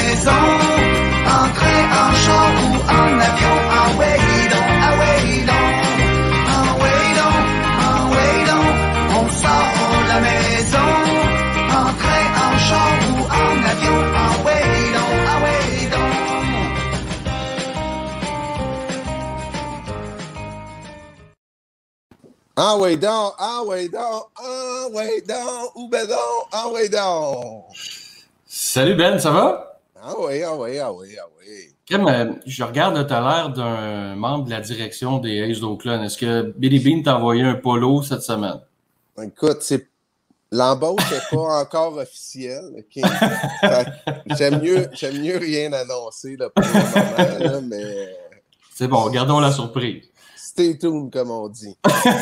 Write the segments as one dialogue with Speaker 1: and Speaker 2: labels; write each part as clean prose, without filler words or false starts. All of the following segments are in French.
Speaker 1: maison, en train, en char ou en avion, en way donc, ah way donc, en way donc, en way donc, on sort de la maison, en train, en char ou en avion, en way donc, ah way donc.
Speaker 2: Ah ouais donc, ah ouais donc, ah ouais donc, ou ben donc, ah ouais donc.
Speaker 3: Salut Ben, ça va?
Speaker 2: Ah ouais, ah ouais, ah ouais, ah ouais.
Speaker 3: Kim, je regarde, tu as l'air d'un membre de la direction des Aces d'Oakland. Est-ce que Billy Beane t'a envoyé un polo cette semaine?
Speaker 2: Écoute, l'embauche n'est pas encore officielle, OK? J'aime mieux rien annoncer là, pour le moment, là, mais...
Speaker 3: C'est bon, gardons la surprise.
Speaker 2: Stay tuned, comme on dit.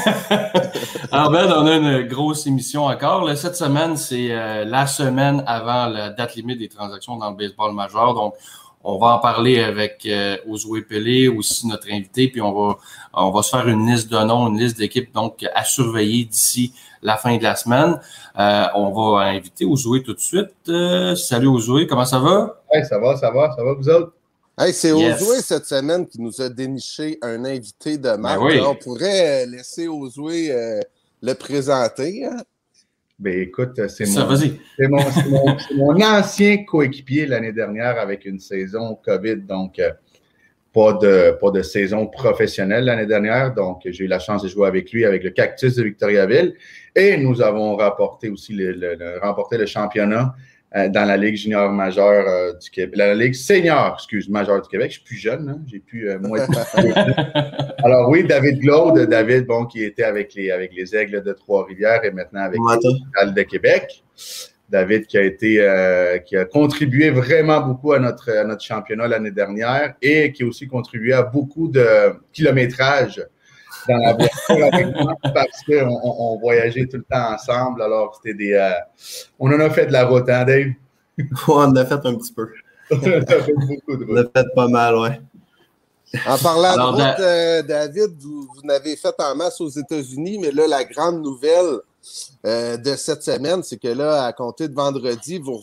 Speaker 3: Alors Ben, on a une grosse émission encore. Là, cette semaine, c'est la semaine avant la date limite des transactions dans le baseball majeur. Donc, on va en parler avec Josué Pelé, aussi notre invité, puis on va se faire une liste de noms, une liste d'équipes donc à surveiller d'ici la fin de la semaine. On va inviter Josué tout de suite. Salut Josué, comment ça va?
Speaker 4: Ouais, ça va vous autres?
Speaker 2: Hey, c'est
Speaker 3: Yes.
Speaker 2: Josué cette semaine qui nous a déniché un invité de marque.
Speaker 3: Ben oui.
Speaker 2: On pourrait laisser Josué le présenter. Hein?
Speaker 4: Ben écoute, c'est
Speaker 3: Ça, vas-y.
Speaker 4: mon ancien coéquipier l'année dernière avec une saison COVID, donc pas de saison professionnelle l'année dernière. Donc, j'ai eu la chance de jouer avec lui, avec le Cactus de Victoriaville. Et nous avons remporté aussi remporté le championnat dans la Ligue junior majeure du Québec, la Ligue senior, majeure du Québec. Je suis plus jeune, hein? J'ai plus moins de... Alors oui, David Glaude, qui était avec les Aigles de Trois-Rivières et maintenant avec les de Québec. David qui a contribué vraiment beaucoup à notre championnat l'année dernière et qui a aussi contribué à beaucoup de kilométrage dans la voiture avec moi parce qu'on voyageait tout le temps ensemble. Alors, on en a fait de la route, hein, Dave?
Speaker 5: Ouais, on en a fait un petit peu.
Speaker 4: On a fait beaucoup de route.
Speaker 5: On a fait pas mal, ouais.
Speaker 2: En parlant de route, David, vous n'avez fait en masse aux États-Unis, mais là, la grande nouvelle de cette semaine, c'est que là, à compter de vendredi, vous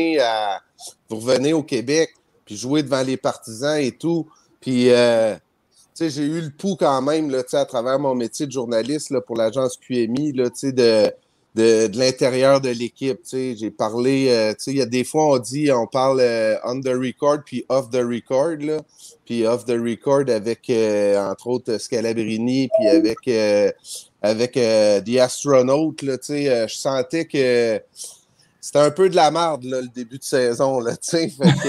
Speaker 2: revenez au Québec, puis jouer devant les partisans et tout. Puis, tu sais, j'ai eu le pouls quand même, là, tu sais, à travers mon métier de journaliste là, pour l'agence QMI, là, tu sais, de l'intérieur de l'équipe, tu sais. J'ai parlé, tu sais, il y a des fois, on parle on the record puis off the record, là. Puis off the record avec, entre autres, Scalabrini, puis avec The Astronaut, là, tu sais, je sentais que c'était un peu de la merde, là, le début de saison, là, tu sais,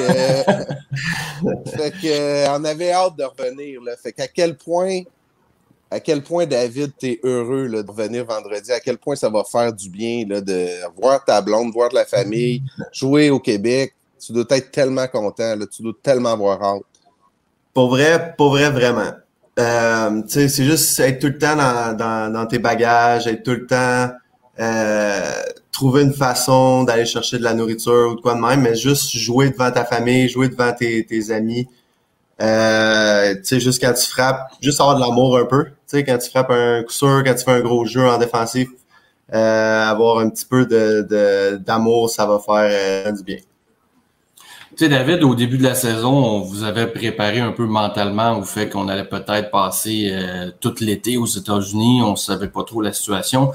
Speaker 2: fait que on avait hâte de revenir, là, fait qu'à quel point, David, t'es heureux, là, de revenir vendredi, à quel point ça va faire du bien, là, de voir ta blonde, voir de la famille, jouer au Québec, tu dois être tellement content, là, tu dois tellement avoir hâte.
Speaker 5: Pour vrai, vraiment. Tu sais, c'est juste être tout le temps dans tes bagages, être tout le temps trouver une façon d'aller chercher de la nourriture ou de quoi de même, mais juste jouer devant ta famille, jouer devant tes amis. Tu sais, juste quand tu frappes, juste avoir de l'amour un peu. Tu sais, quand tu frappes un coup sûr, quand tu fais un gros jeu en défensif, avoir un petit peu d'amour, ça va faire du bien.
Speaker 3: Tu sais, David, au début de la saison, on vous avait préparé un peu mentalement au fait qu'on allait peut-être passer tout l'été aux États-Unis. On savait pas trop la situation.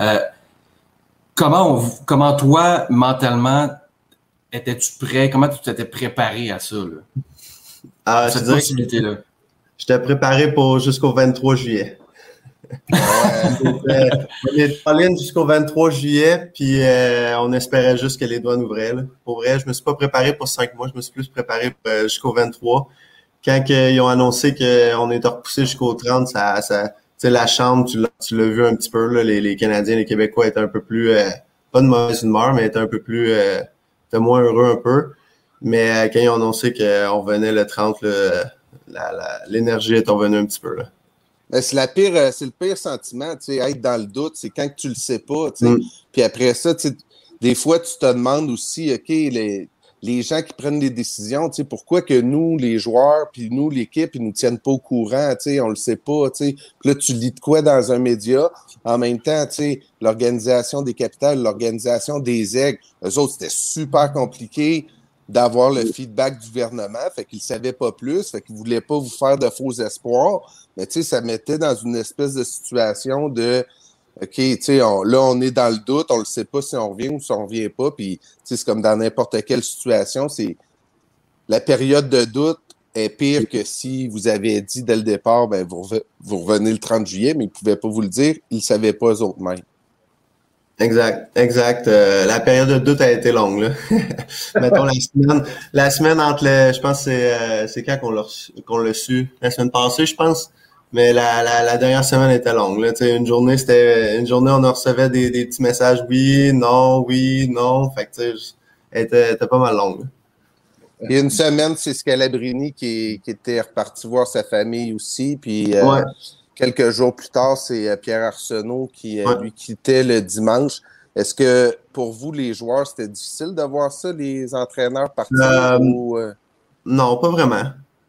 Speaker 3: Comment toi, mentalement, étais-tu prêt? Comment tu t'étais préparé à ça, là? Cette possibilité-là?
Speaker 5: J'étais préparé jusqu'au 23 juillet. On est en ligne jusqu'au 23 juillet, puis on espérait juste que les douanes ouvraient. Là. Pour vrai, je me suis pas préparé pour 5 mois, je me suis plus préparé jusqu'au 23. Quand ils ont annoncé qu'on était repoussé jusqu'au 30, ça tu sais, la chambre, tu l'as vu un petit peu, là, les Canadiens, les Québécois étaient un peu plus, pas de mauvaise humeur, mais étaient un peu plus, étaient moins heureux un peu. Mais quand ils ont annoncé qu'on revenait le 30, l'énergie est revenue un petit peu, là.
Speaker 2: C'est le pire sentiment, tu sais, être dans le doute, c'est quand tu le sais pas, tu sais. Puis après ça, tu sais, des fois, tu te demandes aussi, OK, les gens qui prennent des décisions, tu sais, pourquoi que nous, les joueurs, puis nous, l'équipe, ils nous tiennent pas au courant, tu sais, on le sait pas, tu sais. Puis là, tu lis de quoi dans un média. En même temps, tu sais, l'organisation des Capitales, l'organisation des Aigles, eux autres, c'était super compliqué. d'avoir le feedback du gouvernement, fait qu'il ne savait pas plus, fait qu'il ne voulait pas vous faire de faux espoirs, mais tu sais, ça mettait dans une espèce de situation de OK, tu sais, là, on est dans le doute, on ne le sait pas si on revient ou si on ne revient pas, puis tu sais, c'est comme dans n'importe quelle situation, c'est la période de doute est pire que si vous avez dit dès le départ, ben vous revenez le 30 juillet, mais ils ne pouvaient pas vous le dire, ils ne savaient pas eux autres mêmes.
Speaker 5: Exact. La période de doute a été longue, là. Mettons la semaine entre je pense que c'est quand qu'on l'a su? La semaine passée, je pense. Mais la dernière semaine était longue, là. Tu sais, une journée, on recevait des petits messages, oui, non. Fait que, tu sais, elle était pas mal longue, là.
Speaker 2: Il y a une semaine, c'est Scalabrini qui était reparti voir sa famille aussi, puis quelques jours plus tard, c'est Pierre Arsenault qui lui quittait le dimanche. Est-ce que pour vous, les joueurs, c'était difficile de voir ça, les entraîneurs partir?
Speaker 5: Non, pas vraiment.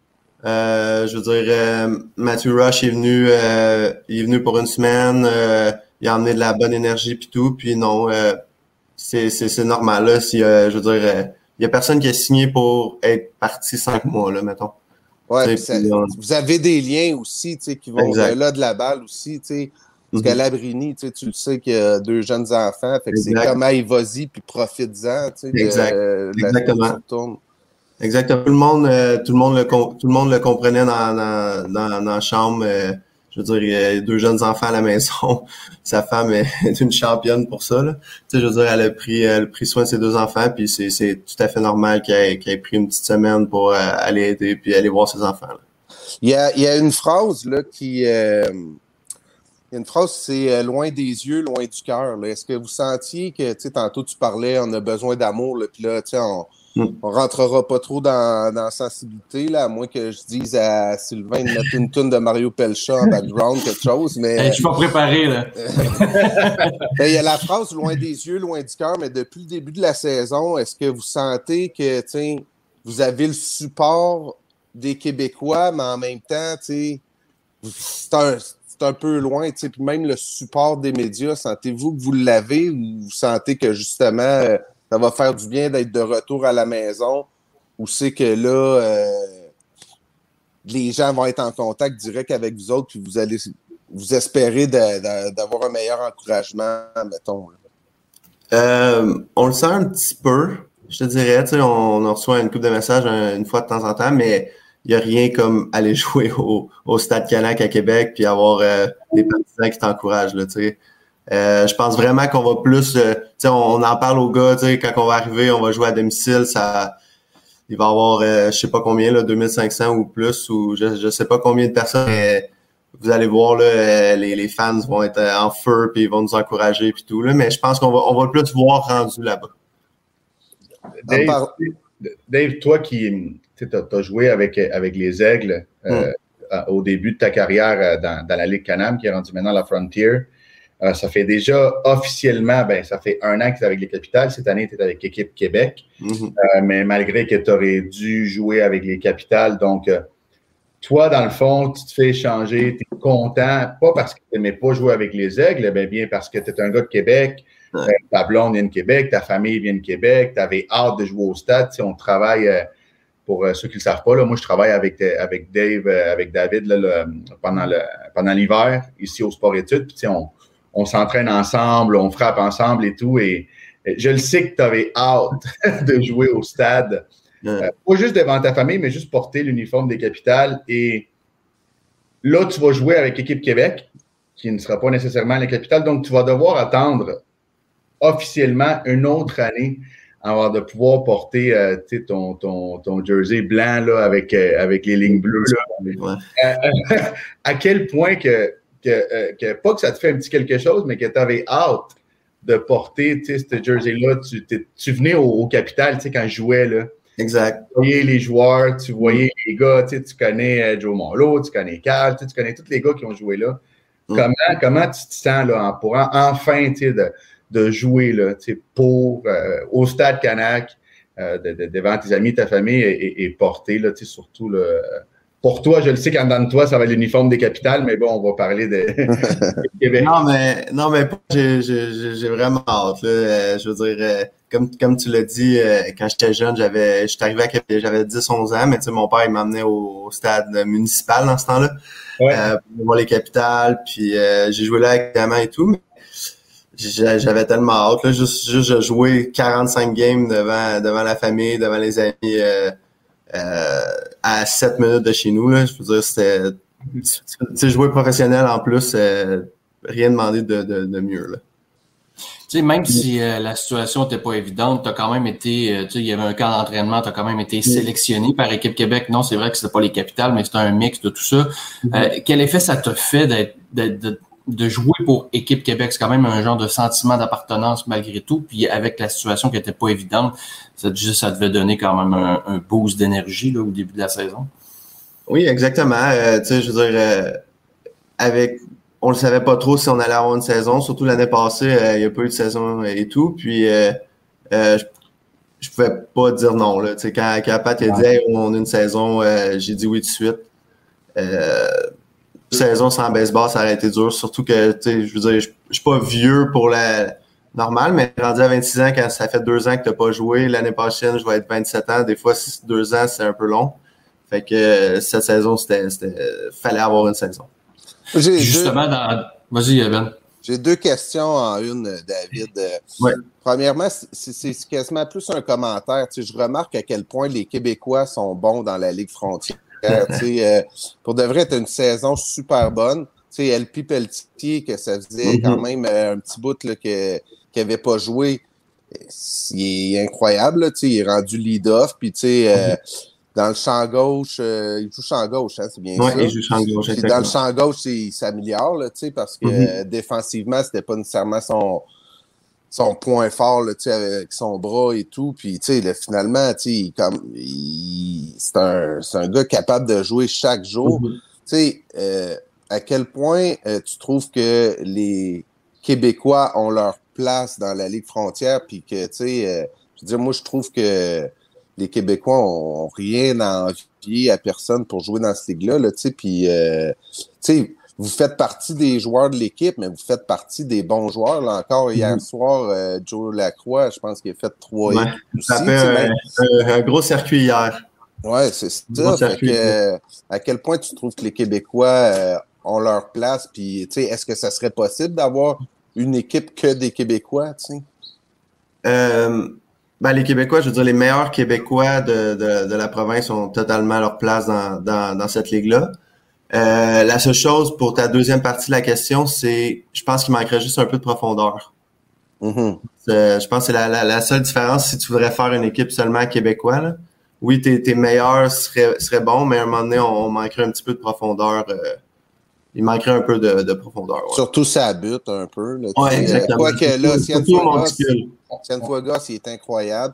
Speaker 5: Je veux dire, Matthew Rush est venu pour une semaine. Il a emmené de la bonne énergie puis tout. Puis non, c'est normal là. Si je veux dire, il y a personne qui a signé pour être parti 5 mois là, mettons.
Speaker 2: Ouais, vous avez des liens aussi, tu sais, qui vont au-delà de la balle aussi, tu sais. Parce qu'à Labrini, tu le sais qu'il y a 2 jeunes enfants, fait que c'est comme hey, vas-y puis profite-en, tu sais.
Speaker 5: Exactement. Exactement. Tout le monde le comprenait dans la chambre. Je veux dire, il y a 2 jeunes enfants à la maison. Sa femme est une championne pour ça, là. Tu sais, je veux dire, elle a pris soin de ses 2 enfants, puis c'est tout à fait normal qu'elle ait pris une petite semaine pour aller aider puis aller voir ses enfants, là.
Speaker 2: Il y a une phrase, là, il y a une phrase, c'est loin des yeux, loin du cœur. Est-ce que vous sentiez que, tu sais, tantôt tu parlais, on a besoin d'amour, là, puis là, tu sais, on rentrera pas trop dans la sensibilité, là, à moins que je dise à Sylvain de mettre une toune de Mario Pelcha en background, quelque chose, mais...
Speaker 3: Je suis pas préparé, là.
Speaker 2: Il y a la phrase « loin des yeux, loin du cœur », mais depuis le début de la saison, est-ce que vous sentez que, tu sais, vous avez le support des Québécois, mais en même temps, tu sais, c'est un peu loin, tu sais, puis même le support des médias, sentez-vous que vous l'avez ou vous sentez que, justement... ça va faire du bien d'être de retour à la maison où c'est que là, les gens vont être en contact direct avec vous autres puis vous allez vous espérer d'avoir un meilleur encouragement, mettons.
Speaker 5: On le sent un petit peu, je te dirais. Tu sais, on reçoit une couple de messages une fois de temps en temps, mais il n'y a rien comme aller jouer au Stade Canac à Québec puis avoir des partisans qui t'encouragent, là, tu sais. Je pense vraiment qu'on va plus, tu sais, on en parle aux gars, tu sais, quand on va arriver, on va jouer à domicile, il va y avoir, je sais pas combien, là, 2500 ou plus, ou je sais pas combien de personnes, mais vous allez voir, là, les fans vont être en feu, puis ils vont nous encourager, puis tout, là, mais je pense qu'on va plus voir rendu là-bas.
Speaker 4: Dave, toi qui as joué avec les Aigles au début de ta carrière dans la Ligue Can-Am, qui est rendue maintenant la Frontier, ça fait déjà officiellement, ça fait 1 an que tu es avec les Capitales. Cette année, tu es avec l'équipe Québec. Mais malgré que tu aurais dû jouer avec les Capitales. Donc, toi, dans le fond, tu te fais échanger, tu es content, pas parce que tu n'aimais pas jouer avec les Aigles, bien parce que tu es un gars de Québec, ta blonde vient de Québec, ta famille vient de Québec, tu avais hâte de jouer au stade. Tu sais, on travaille, pour ceux qui ne le savent pas, là, moi, je travaille avec Dave, avec David là, pendant l'hiver, ici au Sport-Études. Puis, tu sais, on s'entraîne ensemble, on frappe ensemble et tout. Et je le sais que tu avais hâte de jouer au stade. Pas juste devant ta famille, mais juste porter l'uniforme des Capitales. Et là, tu vas jouer avec l'équipe Québec, qui ne sera pas nécessairement les Capitales. Donc, tu vas devoir attendre officiellement une autre année avant de pouvoir porter ton jersey blanc là, avec les lignes bleues. Là. À quel point que pas que ça te fait un petit quelque chose, mais que tu avais hâte de porter ce jersey-là. Tu venais au Capitale quand je jouais. Là.
Speaker 5: Exact.
Speaker 4: Tu voyais les joueurs, tu voyais les gars, tu connais Joe Monlo, tu connais Carl, tu connais tous les gars qui ont joué là. Comment tu te sens là, pour enfin de jouer là, pour au Stade Canac, devant tes amis, ta famille et porter là, surtout pour toi, je le sais qu'en dedans de toi, ça va être l'uniforme des Capitales, mais bon, on va parler de Québec.
Speaker 5: Non, mais j'ai vraiment hâte. Là. Je veux dire, comme tu l'as dit, quand j'étais jeune, j'étais arrivé à Québec, j'avais 10-11 ans, mais tu sais, mon père, il m'emmenait au stade municipal dans ce temps-là, pour voir les Capitales, puis j'ai joué là évidemment et tout, mais j'avais tellement hâte, là, juste de jouer 45 games devant la famille, devant les amis, à 7 minutes de chez nous, là. Je veux dire, c'était, tu sais, jouer professionnel en plus, rien demandé de mieux, là.
Speaker 3: Tu sais, même si la situation n'était pas évidente, tu as quand même été, tu sais, il y avait un camp d'entraînement, tu as quand même été sélectionné par Équipe Québec. Non, c'est vrai que c'était pas les Capitales, mais c'était un mix de tout ça. Quel effet ça t'a fait de jouer pour Équipe Québec? C'est quand même un genre de sentiment d'appartenance malgré tout. Puis avec la situation qui n'était pas évidente, ça devait donner quand même un boost d'énergie là, au début de la saison.
Speaker 5: Oui, exactement. Tu sais, je veux dire, on le savait pas trop si on allait avoir une saison. Surtout l'année passée, il n'y a pas eu de saison et tout. Puis je pouvais pas dire non. Là. Tu sais, quand Pat a dit hey, on a une saison, j'ai dit oui tout de suite. Une saison sans baseball, ça aurait été dur. Surtout que, tu sais, je veux dire, je suis pas vieux pour la normale, mais rendu à 26 ans, quand ça fait 2 ans que t'as pas joué, l'année prochaine, je vais être 27 ans. Des fois, 2 ans, c'est un peu long. Fait que cette saison, fallait avoir une saison.
Speaker 3: Justement, vas-y, Ben.
Speaker 2: J'ai 2 questions en une, David.
Speaker 5: Ouais.
Speaker 2: Premièrement, c'est quasiment plus un commentaire. Tu sais, je remarque à quel point les Québécois sont bons dans la Ligue frontière. Pour de vrai, t'as une saison super bonne. Tu sais, LP Pelletier, que ça faisait quand même un petit bout là, qu'il n'avait pas joué. Il est incroyable. Là, il est rendu lead-off. Puis, tu sais, dans le champ gauche, il joue champ gauche, hein, c'est bien ça.
Speaker 5: Oui, il joue champ gauche.
Speaker 2: Dans le champ gauche, il s'améliore, là, parce que défensivement, c'était pas nécessairement son point fort, là, avec son bras et tout. Puis, finalement, c'est un gars capable de jouer chaque jour. À quel point tu trouves que les Québécois ont leur place dans la Ligue frontière, puis que, je veux dire, moi, je trouve que les Québécois ont rien à envier à personne pour jouer dans cette ligue-là, là, puis, vous faites partie des joueurs de l'équipe, mais vous faites partie des bons joueurs. Là encore, hier soir, Joe Lacroix, je pense qu'il a fait 3
Speaker 5: hits aussi. Un gros circuit hier.
Speaker 2: Oui, c'est ça. Fait que, à quel point tu trouves que les Québécois ont leur place? Puis, est-ce que ça serait possible d'avoir une équipe que des Québécois?
Speaker 5: Les Québécois, je veux dire, les meilleurs Québécois de la province ont totalement leur place dans cette ligue-là. La seule chose pour ta deuxième partie de la question, c'est, je pense qu'il manquerait juste un peu de profondeur. Je pense que c'est la seule différence si tu voudrais faire une équipe seulement québécois. Là. Oui, tes meilleurs seraient bons, mais à un moment donné, on manquerait un petit peu de profondeur. Il manquerait un peu de profondeur. Ouais.
Speaker 2: Surtout ça bute un peu.
Speaker 5: Oui, exactement.
Speaker 2: Quoique là, Cienfuegos, il est incroyable.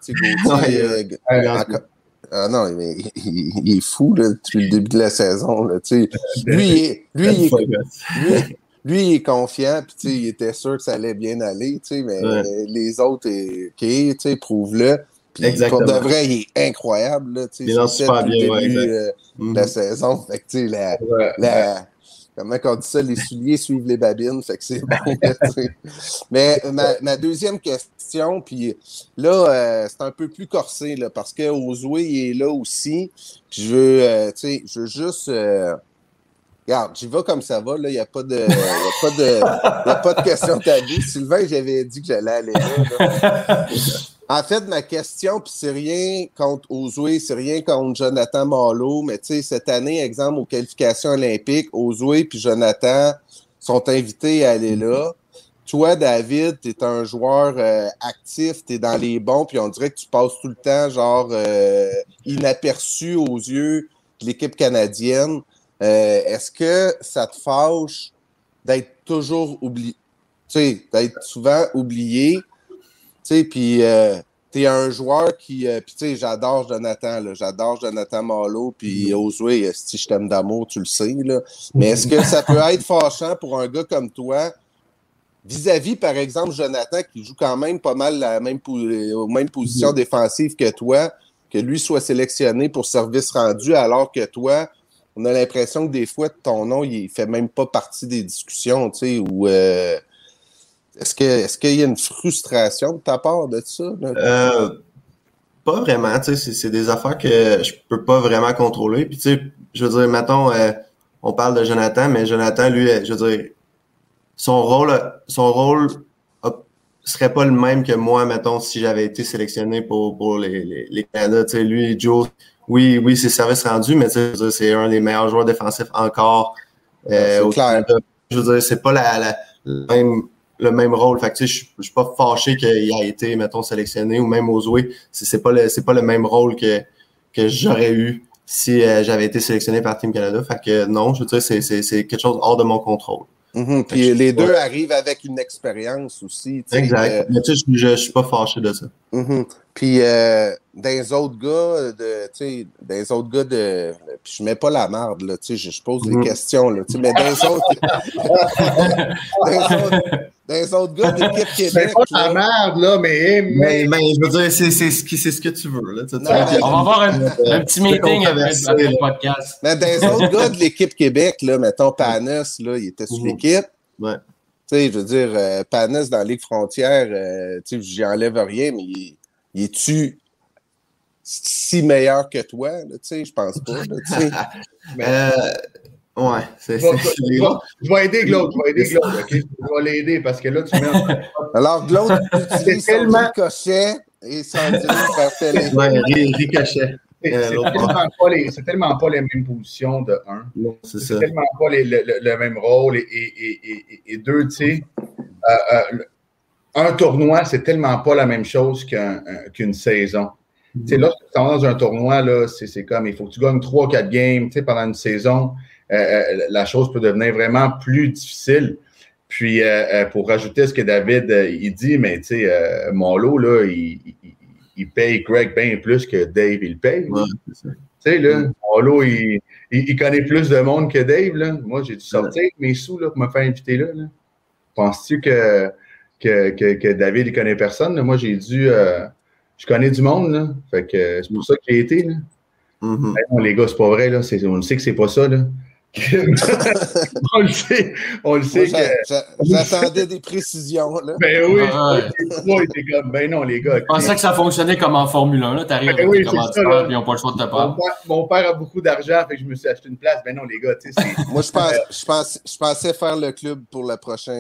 Speaker 2: Non, mais il est fou là, depuis le début de la saison. Là, lui, il est confiant, puis il était sûr que ça allait bien aller, mais les autres, OK, prouve-le. Pour de vrai, il est incroyable. Là,
Speaker 5: il lance super bien,
Speaker 2: de la saison. Fait que, comment on dit ça, les souliers suivent les babines, fait que c'est bon. Mais ma deuxième question, puis là, c'est un peu plus corsé, là, parce que Ozoué, il est là aussi. Puis je veux juste... regarde, j'y vais comme ça va, là, il n'y a pas de question tabou. Sylvain, j'avais dit que j'allais aller là. En fait, ma question, puis c'est rien contre Ozoué, c'est rien contre Jonathan Malo, mais tu sais, cette année, exemple, aux qualifications olympiques, Ozoué puis Jonathan sont invités à aller là. Toi, David, t'es un joueur actif, t'es dans les bons, puis on dirait que tu passes tout le temps, genre, inaperçu aux yeux de l'équipe canadienne. Est-ce que ça te fâche d'être toujours oublié, tu sais, d'être souvent oublié? Puis t'es un joueur qui... puis tu sais, j'adore Jonathan Malo, puis Ozoué, si je t'aime d'amour, tu le sais, là. Mais est-ce que ça peut être fâchant pour un gars comme toi, vis-à-vis, par exemple, Jonathan, qui joue quand même pas mal aux mêmes positions défensives que toi, que lui soit sélectionné pour service rendu, alors que toi, on a l'impression que des fois, ton nom, il fait même pas partie des discussions, tu sais, ou est-ce qu'il y a une frustration de ta part de ça?
Speaker 5: Pas vraiment, tu sais, c'est des affaires que je peux pas vraiment contrôler. Puis tu sais, je veux dire, mettons, on parle de Jonathan, mais Jonathan, lui, je veux dire, son rôle serait pas le même que moi, mettons, si j'avais été sélectionné pour les Canada. Tu sais, lui, Joe, oui, c'est service rendu, mais tu sais, c'est un des meilleurs joueurs défensifs encore au Canada. Je veux dire, c'est pas le même rôle. Fait que, tu sais, je suis pas fâché qu'il ait été, mettons, sélectionné ou même aux jouets. C'est pas le même rôle que j'aurais eu si j'avais été sélectionné par Team Canada. Fait que non, je veux dire, c'est quelque chose hors de mon contrôle.
Speaker 2: Puis les deux arrivent avec une expérience aussi.
Speaker 5: Exact. Mais tu sais, je suis pas fâché de ça.
Speaker 2: Puis dans les autres gars puis je mets pas la marde, là, tu sais, je pose des questions, là, tu sais, mais dans les autres gars d'équipe Québec.
Speaker 4: C'est pas la merde, là, mais
Speaker 5: je veux dire, c'est ce que tu veux, là.
Speaker 3: On va avoir un petit meeting après le podcast.
Speaker 2: Mais dans les autres gars de l'équipe Québec, là, mettons Panos, là, il était sur l'équipe.
Speaker 5: Ouais.
Speaker 2: Tu sais, je veux dire, Panos dans la Ligue Frontière, tu sais, j'y enlève rien, mais il est-tu si meilleur que toi, là, tu sais, je pense pas, là, tu sais.
Speaker 5: Ouais,
Speaker 4: je vais aider Claude, OK? Je vais l'aider parce que là, tu mets...
Speaker 2: Alors, Claude utilise son ricochet et s'en dirige vers Pelé.
Speaker 5: Ouais, ricochet.
Speaker 4: C'est tellement pas les mêmes positions de un.
Speaker 5: C'est
Speaker 4: tellement pas le même rôle. Et deux, tu sais, un tournoi, c'est tellement pas la même chose qu'une saison. Tu sais, lorsque tu es dans un tournoi, là, c'est comme, il faut que tu gagnes 3-4 games, tu sais, pendant une saison. La chose peut devenir vraiment plus difficile. Puis, pour rajouter ce que David il dit, mais tu sais, Molo, là, il paye Greg bien plus que Dave, il paye.
Speaker 5: Ouais,
Speaker 4: tu sais, là, Molo, il connaît plus de monde que Dave, là. Moi, j'ai dû sortir mes sous, là, pour me faire inviter là. Penses-tu que David, il connaît personne? Là? Moi, j'ai dû... je connais du monde, là. Fait que c'est pour ça qu'il a été, là. Mais non, les gars, c'est pas vrai, là. On le sait que c'est pas ça, là. on le sait
Speaker 2: j'attendais des précisions, là.
Speaker 4: Ben oui, il était comme, ben non, les gars.
Speaker 3: Je pensais que ça fonctionnait comme en Formule 1, là. T'arrives avec des commanditaires, puis ils n'ont pas le choix de te prendre.
Speaker 4: Mon père a beaucoup d'argent, fait que je me suis acheté une place. Ben non, les gars, tu sais.
Speaker 2: Moi, je pensais faire le club pour le prochain.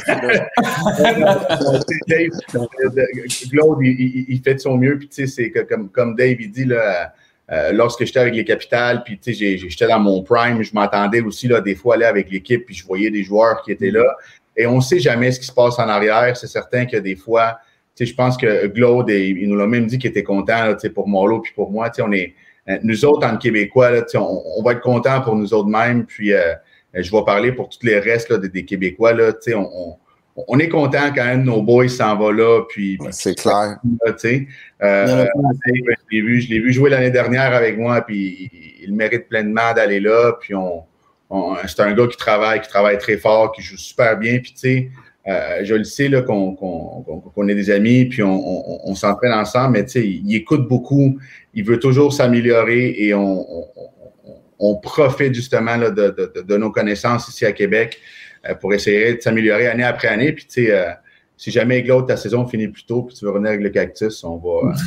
Speaker 4: Claude, il fait de son mieux, puis tu sais, c'est comme Dave, il dit, là, lorsque j'étais avec les Capitals, puis tu sais, j'étais dans mon prime, je m'entendais aussi là, des fois aller avec l'équipe, puis je voyais des joueurs qui étaient là. Et on ne sait jamais ce qui se passe en arrière. C'est certain que des fois, tu sais, je pense que Claude, il nous l'a même dit qu'il était content là, tu sais, pour Molo puis pour moi. Tu sais, on est, nous autres, en Québécois, là, tu sais, on va être contents pour nous autres mêmes. Puis je vais parler pour tous les restes là, des Québécois. Là, tu sais, on est content quand un de nos boys s'en va là. Puis
Speaker 2: c'est clair.
Speaker 4: Là, tu sais, je l'ai vu jouer l'année dernière avec moi, puis il mérite pleinement d'aller là. Puis c'est un gars qui travaille très fort, qui joue super bien. Puis tu sais, je le sais là, qu'on est des amis, puis on s'entraîne ensemble, mais tu sais, il écoute beaucoup, il veut toujours s'améliorer et on profite justement là, de nos connaissances ici à Québec pour essayer de s'améliorer année après année. Puis tu sais, si jamais Claude, ta saison finit plus tôt puis tu veux revenir avec le Cactus, on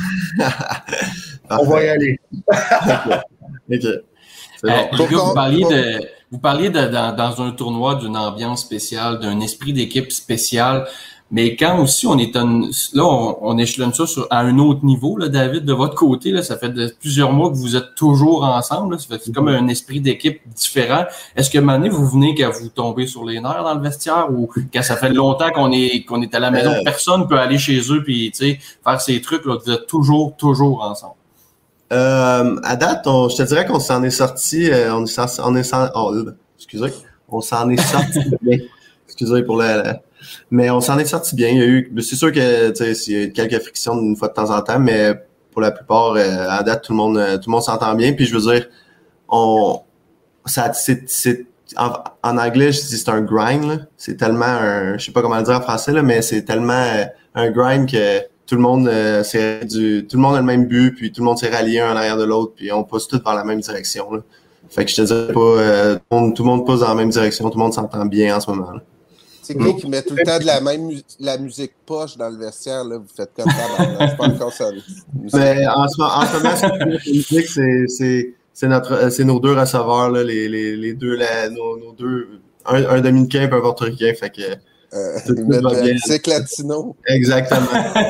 Speaker 4: va y aller.
Speaker 5: Okay.
Speaker 3: Vous parliez dans un tournoi d'une ambiance spéciale, d'un esprit d'équipe spécial, mais quand aussi on échelonne ça à un autre niveau, là, David, de votre côté, là, ça fait plusieurs mois que vous êtes toujours ensemble, là, ça fait comme un esprit d'équipe différent. Est-ce que maintenant vous venez qu'à vous tomber sur les nerfs dans le vestiaire ou quand ça fait longtemps qu'on est à la maison, personne peut aller chez eux puis faire ces trucs là, que vous êtes toujours ensemble?
Speaker 5: À date, je te dirais qu'on s'en est sorti, on s'en est sorti bien. Excusez pour mais on s'en est sorti bien. C'est sûr que il y a eu quelques frictions une fois de temps en temps, mais pour la plupart, à date, tout le monde s'entend bien. Puis je veux dire, en anglais, je dis c'est un grind. Là. C'est tellement je sais pas comment le dire en français là, mais c'est tellement un grind que tout le monde a le même but, puis tout le monde s'est rallié un en arrière de l'autre, puis on pousse tous vers la même direction. Là. Fait que je te dirais pas, tout le monde pousse dans la même direction, tout le monde s'entend bien en ce moment.
Speaker 2: C'est qui met tout le temps de la musique poche dans le vestiaire, là, vous faites comme ça maintenant. C'est pas encore ça.
Speaker 5: Mais en ce moment, ce qui est musique, c'est nos deux receveurs, là, les deux, nos deux, un dominicain et un portoricain, fait que
Speaker 2: musique latino.
Speaker 5: Exactement.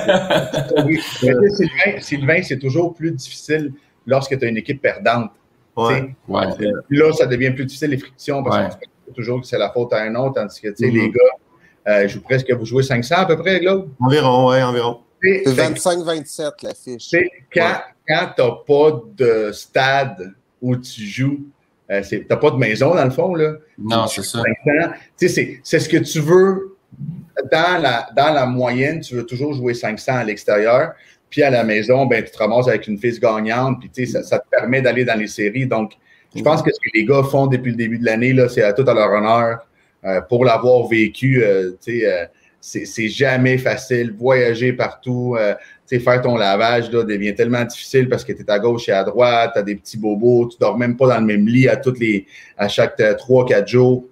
Speaker 4: Sylvain, c'est toujours plus difficile lorsque tu as une équipe perdante.
Speaker 3: Ouais.
Speaker 4: Là, ça devient plus difficile, les frictions, parce que toujours que c'est la faute à un autre, tandis que, les gars, je vous presque vous jouez 500 à peu près, Claude?
Speaker 5: Environ.
Speaker 2: C'est 25-27, la fiche.
Speaker 4: Quand tu n'as pas de stade où tu joues, tu n'as pas de maison, dans le fond, là.
Speaker 3: Non, c'est ça.
Speaker 4: C'est ce que tu veux. Dans la moyenne, tu veux toujours jouer 500 à l'extérieur. Puis à la maison, ben, tu te ramasses avec une fiche gagnante. Puis ça te permet d'aller dans les séries. Donc, je pense que ce que les gars font depuis le début de l'année, là, c'est à tout à leur honneur. Pour l'avoir vécu, c'est jamais facile. Voyager partout, faire ton lavage là, devient tellement difficile parce que tu es à gauche et à droite, tu as des petits bobos, tu dors même pas dans le même lit à chaque 3-4 jours.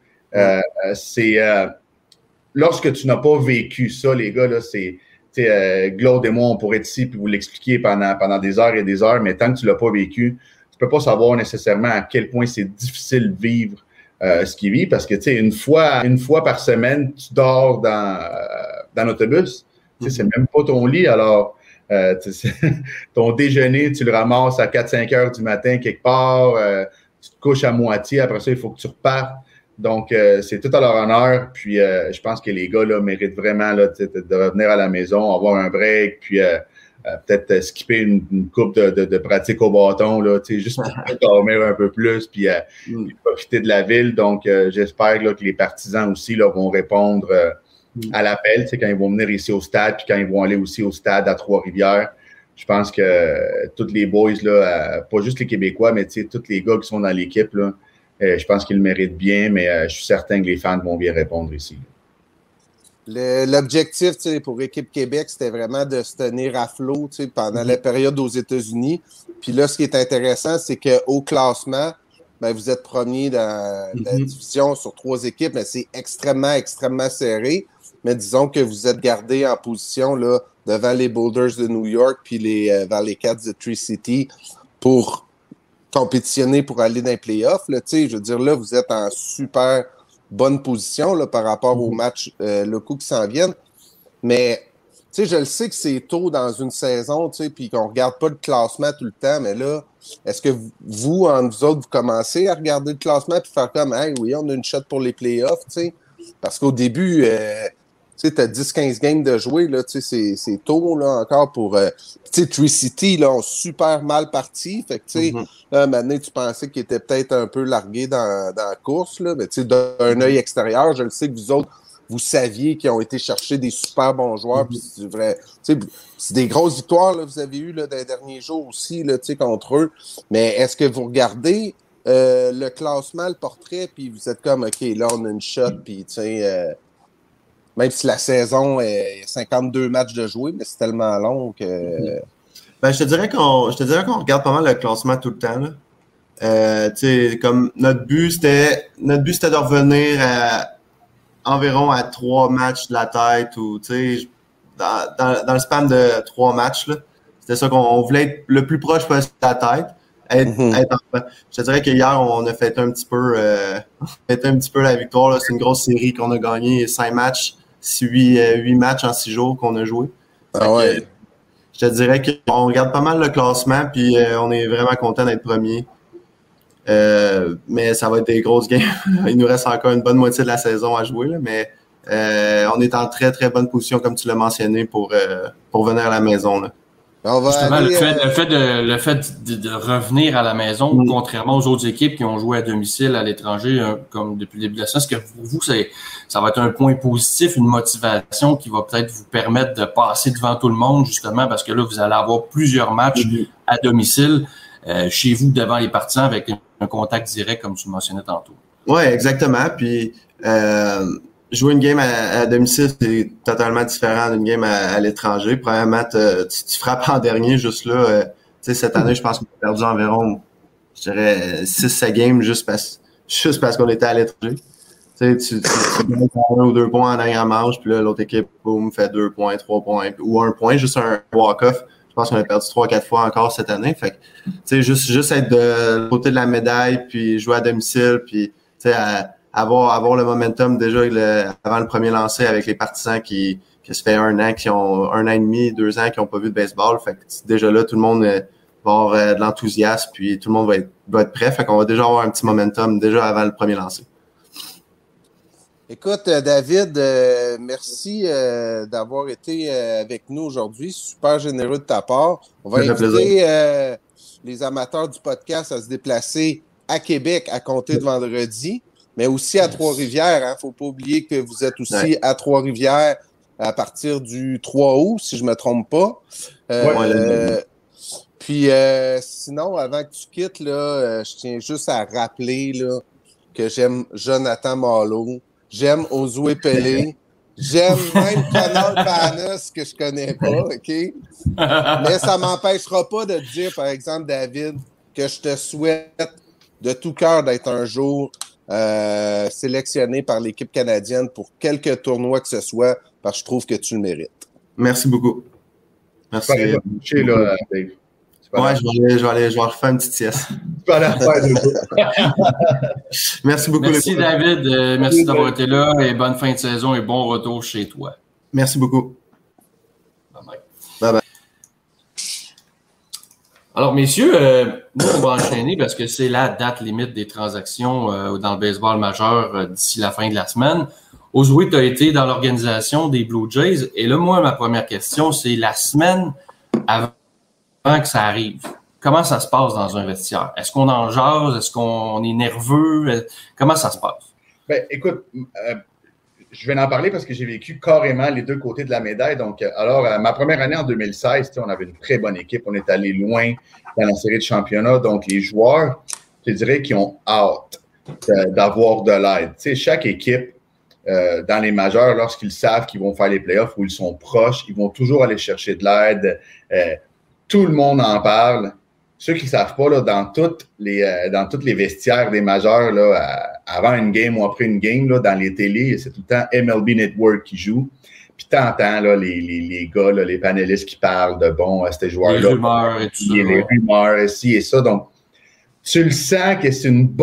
Speaker 4: Lorsque tu n'as pas vécu ça, les gars, là, Claude et moi, on pourrait être ici et vous l'expliquer pendant des heures et des heures, mais tant que tu ne l'as pas vécu, tu ne peux pas savoir nécessairement à quel point c'est difficile de vivre ce qu'il vit, parce que une fois par semaine, tu dors dans l'autobus. C'est même pas ton lit, alors ton déjeuner, tu le ramasses à 4-5 heures du matin quelque part, tu te couches à moitié, après ça, il faut que tu repartes. Donc, c'est tout à leur honneur. Puis, je pense que les gars là, méritent vraiment là, de revenir à la maison, avoir un break, puis peut-être skipper une coupe de pratique au bâton, là, juste pour dormir un peu plus, puis profiter de la ville. Donc, j'espère là, que les partisans aussi là, vont répondre à l'appel quand ils vont venir ici au stade, puis quand ils vont aller aussi au stade à Trois-Rivières. Je pense que tous les boys, là, pas juste les Québécois, mais tous les gars qui sont dans l'équipe, là, je pense qu'ils le méritent bien, mais je suis certain que les fans vont bien répondre ici.
Speaker 2: L'objectif pour Équipe Québec, c'était vraiment de se tenir à flot pendant la période aux États-Unis. Puis là, ce qui est intéressant, c'est qu'au classement, ben, vous êtes premier dans la division sur 3 équipes, mais c'est extrêmement, extrêmement serré. Mais disons que vous êtes gardé en position là, devant les Boulders de New York puis les Valley Cats de Tri-City pour compétitionner pour aller dans les playoffs. Là, je veux dire, là, vous êtes en super bonne position là, par rapport aux matchs locaux qui s'en viennent. Mais je le sais que c'est tôt dans une saison, puis qu'on ne regarde pas le classement tout le temps, mais là, est-ce que vous, entre vous autres, vous commencez à regarder le classement et faire comme « Hey, oui, on a une shot pour les playoffs », parce qu'au début, tu as 10-15 games de jouer, là, c'est tôt là, encore pour... Tri-City, là, ont super mal parti. Fait que, là, maintenant, tu pensais qu'ils étaient peut-être un peu largués dans la course, là, mais d'un œil extérieur, je le sais que vous autres, vous saviez qu'ils ont été chercher des super bons joueurs. C'est vrai, c'est des grosses victoires que vous avez eues là, dans les derniers jours aussi là, contre eux. Mais est-ce que vous regardez le classement, le portrait, puis vous êtes comme, OK, là, on a une shot, puis même si la saison est 52 matchs de jouer, mais c'est tellement long que...
Speaker 5: Ben, je te dirais qu'on regarde pas mal le classement tout le temps. Là. Comme notre but, c'était de revenir environ à 3 matchs de la tête ou dans le span de 3 matchs. Là. C'était ça qu'on voulait être le plus proche possible de la tête. Je te dirais qu'hier, on a fait un petit peu la victoire. Là. C'est une grosse série qu'on a gagnée, 5 matchs, 8 matchs en 6 jours qu'on a joué.
Speaker 2: Ouais.
Speaker 5: Je te dirais qu'on regarde pas mal le classement, puis on est vraiment content d'être premier. Mais ça va être des grosses games. Il nous reste encore une bonne moitié de la saison à jouer, là, mais on est en très, très bonne position, comme tu l'as mentionné, pour venir à la maison. Là.
Speaker 3: Justement, le fait de revenir à la maison, contrairement aux autres équipes qui ont joué à domicile à l'étranger, comme depuis le début de la saison, est-ce que pour vous, ça va être un point positif, une motivation qui va peut-être vous permettre de passer devant tout le monde, justement, parce que là, vous allez avoir plusieurs matchs à domicile, chez vous, devant les partisans, avec un contact direct, comme tu le mentionnais tantôt.
Speaker 5: Oui, exactement. Puis, jouer une game à domicile, c'est totalement différent d'une game à l'étranger. Premièrement, tu frappes en dernier juste là. Cette année, je pense qu'on a perdu environ je dirais 6-7 games juste parce qu'on était à l'étranger. Tu gagnes 1 ou 2 points en dernière manche, puis là, l'autre équipe, boum, fait 2 points, 3 points, ou 1 point, juste un walk-off. Je pense qu'on a perdu 3-4 fois encore cette année. Fait que, juste être de côté de la médaille, puis jouer à domicile, puis avoir le momentum déjà avant le premier lancer avec les partisans qui se fait 1 an, qui ont 1 an et demi, 2 ans, qui n'ont pas vu de baseball. Fait que déjà là, tout le monde va avoir de l'enthousiasme, puis tout le monde va être prêt. Fait qu'on va déjà avoir un petit momentum déjà avant le premier lancer.
Speaker 2: Écoute, David, merci d'avoir été avec nous aujourd'hui. Super généreux de ta part. On va inviter les amateurs du podcast à se déplacer à Québec à compter de vendredi, mais aussi à Trois-Rivières. Il ne faut pas oublier que vous êtes aussi à Trois-Rivières à partir du 3 août, si je ne me trompe pas. Puis sinon, avant que tu quittes, là, je tiens juste à rappeler là, que j'aime Jonathan Malo. J'aime Josué Pelé. J'aime même Connor Panos, que je connais pas, OK? Mais ça m'empêchera pas de dire, par exemple, David, que je te souhaite de tout cœur d'être un jour sélectionné par l'équipe canadienne pour quelques tournois que ce soit, parce que je trouve que tu le mérites.
Speaker 5: Merci beaucoup. Merci.
Speaker 4: Là, Dave.
Speaker 5: Ouais, je vais aller refaire une petite sieste. Merci beaucoup.
Speaker 3: Merci David, merci d'avoir été là et bonne fin de saison et bon retour chez toi.
Speaker 5: Merci beaucoup.
Speaker 3: Bye
Speaker 5: bye.
Speaker 3: Alors messieurs, nous on va enchaîner parce que c'est la date limite des transactions dans le baseball majeur d'ici la fin de la semaine. Josué, tu as été dans l'organisation des Blue Jays et là, moi, ma première question, c'est la semaine avant que ça arrive. Comment ça se passe dans un vestiaire? Est-ce qu'on en jase? Est-ce qu'on est nerveux? Comment ça se passe?
Speaker 4: Ben, écoute, je vais en parler parce que j'ai vécu carrément les deux côtés de la médaille. Donc, alors, ma première année en 2016, on avait une très bonne équipe. On est allé loin dans la série de championnat. Donc, les joueurs, je dirais, qui ont hâte d'avoir de l'aide. Tu sais, chaque équipe dans les majeurs, lorsqu'ils savent qu'ils vont faire les playoffs ou ils sont proches, ils vont toujours aller chercher de l'aide. Tout le monde en parle. Ceux qui ne savent pas, là, dans toutes les vestiaires des majeurs, là, avant une game ou après une game, là, dans les télés, c'est tout le temps MLB Network qui joue. Puis t'entends là, les gars, là, les panélistes qui parlent de ces joueurs-là.
Speaker 3: Les rumeurs et tout ça.
Speaker 4: Les rumeurs, ci et ça. Donc, tu le sens que c'est une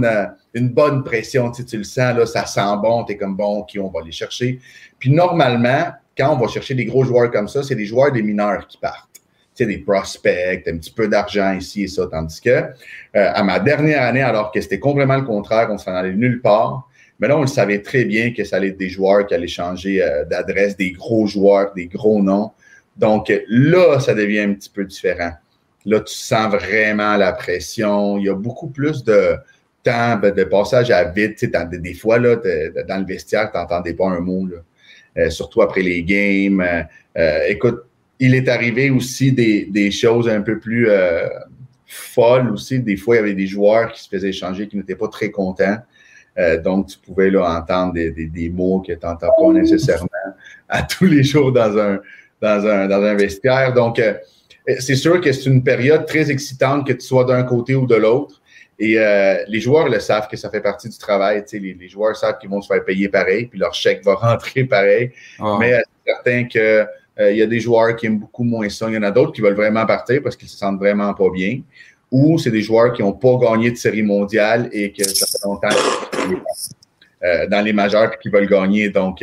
Speaker 4: bonne pression. Tu le sens, là, ça sent bon. Tu es comme bon, OK, on va les chercher. Puis normalement, quand on va chercher des gros joueurs comme ça, c'est des joueurs des mineurs qui partent. Tu sais, des prospects, un petit peu d'argent ici et ça. Tandis que à ma dernière année, alors que c'était complètement le contraire, on s'en allait nulle part, mais là, on le savait très bien que ça allait être des joueurs qui allaient changer d'adresse, des gros joueurs, des gros noms. Donc là, ça devient un petit peu différent. Là, tu sens vraiment la pression. Il y a beaucoup plus de temps, de passage à vide. Tu sais, des fois, là, dans le vestiaire, tu n'entendais pas un mot, là. Surtout après les games. Écoute, il est arrivé aussi des choses un peu plus folles aussi. Des fois, il y avait des joueurs qui se faisaient échanger qui n'étaient pas très contents. Donc, tu pouvais là, entendre des mots que tu n'entends pas nécessairement à tous les jours dans un vestiaire. Donc, c'est sûr que c'est une période très excitante que tu sois d'un côté ou de l'autre. Et les joueurs le savent que ça fait partie du travail. Tu sais, les joueurs savent qu'ils vont se faire payer pareil, puis leur chèque va rentrer pareil. Oh. Mais c'est certain que il y a des joueurs qui aiment beaucoup moins ça. Il y en a d'autres qui veulent vraiment partir parce qu'ils se sentent vraiment pas bien. Ou c'est des joueurs qui n'ont pas gagné de série mondiale et que ça fait longtemps dans les majeurs et qui veulent gagner. Donc,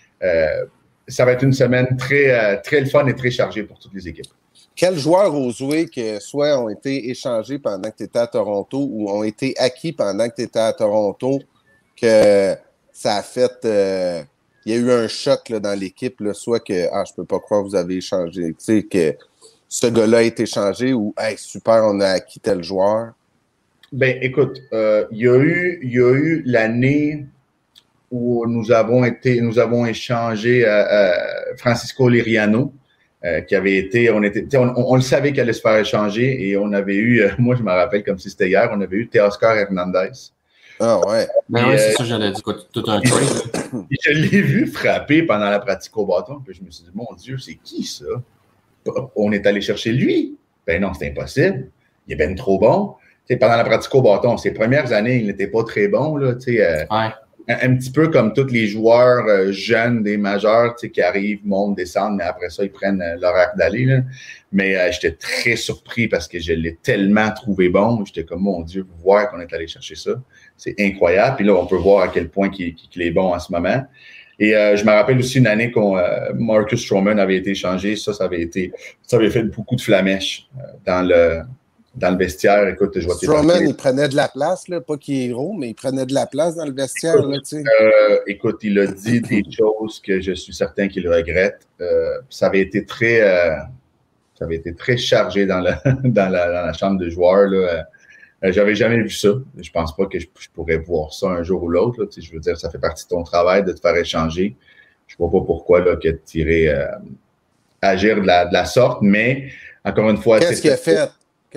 Speaker 4: ça va être une semaine très, très le fun et très chargée pour toutes les équipes.
Speaker 2: Quels joueurs Josué que soit ont été échangés pendant que tu étais à Toronto ou ont été acquis pendant que tu étais à Toronto que ça a fait... il y a eu un choc là, dans l'équipe, là, soit que je peux pas croire que vous avez échangé, tu sais, que ce gars-là a été échangé ou super, on a acquis tel joueur?
Speaker 4: Ben, écoute, il y a eu l'année où nous avons échangé Francisco Liriano, qui avait été, on le savait qu'elle allait se faire échanger et on avait eu, moi je me rappelle comme si c'était hier, on avait eu Teoscar Hernandez.
Speaker 2: Ah ouais.
Speaker 3: Ben ouais, c'est ça, j'allais dire tout un trade.
Speaker 4: Je l'ai vu frapper pendant la pratique au bâton, puis je me suis dit, mon Dieu, c'est qui ça? On est allé chercher lui. Ben non, c'est impossible. Il est ben trop bon. pendant la pratique au bâton, ses premières années, il n'était pas très bon. Là, un petit peu comme tous les joueurs jeunes des majeurs qui arrivent, montent, descendent, mais après ça, ils prennent leur air d'aller. Là. Mais j'étais très surpris parce que je l'ai tellement trouvé bon. J'étais comme, mon Dieu, voir qu'on est allé chercher ça. C'est incroyable. Puis là, on peut voir à quel point qu'il est bon en ce moment. Et je me rappelle aussi une année quand Marcus Stroman avait été échangé. Ça avait fait beaucoup de flamèches dans le vestiaire. Écoute, je vois
Speaker 2: Stroman, il prenait de la place, là, pas qu'il est héros, mais il prenait de la place dans le vestiaire.
Speaker 4: Écoute, il a dit des choses que je suis certain qu'il regrette. Ça avait été très chargé dans la chambre de joueurs. Là. J'avais jamais vu ça. Je pense pas que je pourrais voir ça un jour ou l'autre. Là. Je veux dire, ça fait partie de ton travail de te faire échanger. Je vois pas pourquoi là, que tu irais agir de la sorte, mais encore une fois...
Speaker 2: Qu'est-ce qu'il a fait?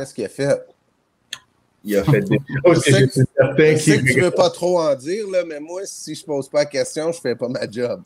Speaker 4: Il a fait des choses que je suis certain
Speaker 2: qu'il... Je sais que tu veux pas trop en dire, là, mais moi, si je pose pas la question, je fais pas ma job.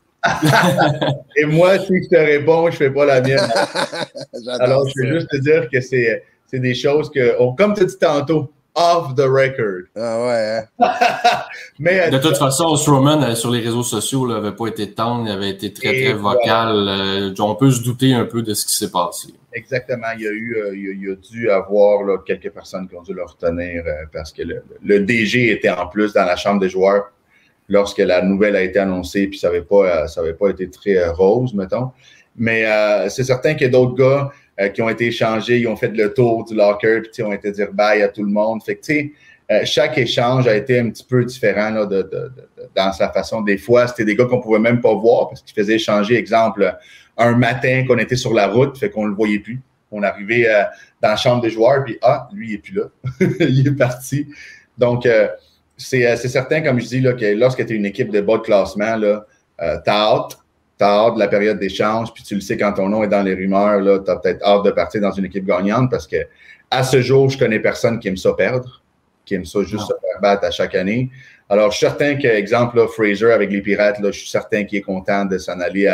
Speaker 4: Et moi, si je te réponds, je fais pas la mienne. Alors, je veux juste te dire que c'est des choses que, comme tu as dit tantôt, off the record.
Speaker 2: Ah ouais, hein?
Speaker 3: Mais de toute façon, Stroman, sur les réseaux sociaux, n'avait pas été tendre, il avait été très vocal. On peut se douter un peu de ce qui s'est passé.
Speaker 4: Exactement. Il y a dû avoir là, quelques personnes qui ont dû le retenir parce que le DG était en plus dans la chambre des joueurs lorsque la nouvelle a été annoncée, puis ça n'avait pas été très rose, mettons. Mais c'est certain qu'il y a d'autres gars qui ont été échangés, ils ont fait le tour du locker, puis ils ont été dire bye à tout le monde. Fait que, tu sais, chaque échange a été un petit peu différent là, dans sa façon. Des fois, c'était des gars qu'on pouvait même pas voir parce qu'ils faisaient échanger, exemple, un matin qu'on était sur la route, fait qu'on le voyait plus. On arrivait dans la chambre des joueurs, puis lui, il est plus là. Il est parti. Donc, c'est certain, comme je dis, là, que lorsque tu es une équipe de bas de classement, là, t'as hâte de la période d'échange, puis tu le sais quand ton nom est dans les rumeurs, là, tu as peut-être hâte de partir dans une équipe gagnante parce que à ce jour, je connais personne qui aime ça perdre, qui aime ça juste se faire battre à chaque année. Alors, je suis certain que, exemple, là, Fraser avec les Pirates, là, je suis certain qu'il est content de s'en aller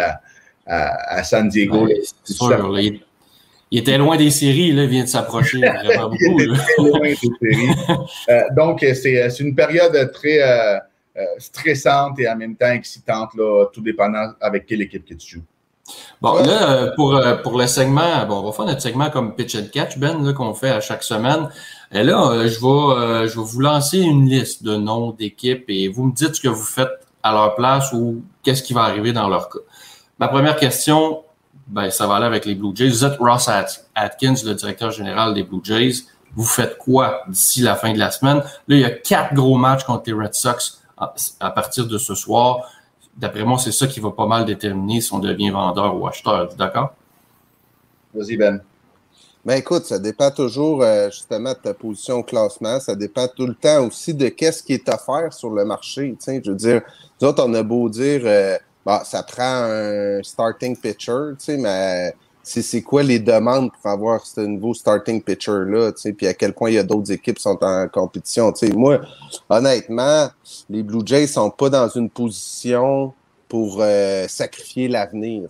Speaker 4: à San Diego.
Speaker 3: Ouais, c'est sûr, il était loin des séries, là, il vient de s'approcher vraiment beaucoup.
Speaker 4: Il était très loin des séries. Donc, c'est une période très stressante et en même temps excitante, là, tout dépendant avec quelle équipe que tu joues.
Speaker 3: Bon, là, pour le segment, on va faire notre segment comme Pitch and Catch, Ben, là, qu'on fait à chaque semaine. Et là, je vais vous lancer une liste de noms d'équipes et vous me dites ce que vous faites à leur place ou qu'est-ce qui va arriver dans leur cas. Ma première question, ça va aller avec les Blue Jays. Vous êtes Ross Atkins, le directeur général des Blue Jays. Vous faites quoi d'ici la fin de la semaine? Là, il y a 4 gros matchs contre les Red Sox à partir de ce soir. D'après moi, c'est ça qui va pas mal déterminer si on devient vendeur ou acheteur. D'accord?
Speaker 4: Vas-y, Ben.
Speaker 2: Ben écoute, ça dépend toujours justement de ta position au classement. Ça dépend tout le temps aussi de qu'est-ce qui est offert sur le marché. T'sais. Je veux dire, nous autres, on a beau dire ça prend un starting pitcher, mais c'est quoi les demandes pour avoir ce nouveau starting pitcher-là, puis à quel point il y a d'autres équipes qui sont en compétition. T'sais. Moi, honnêtement, les Blue Jays sont pas dans une position pour sacrifier l'avenir,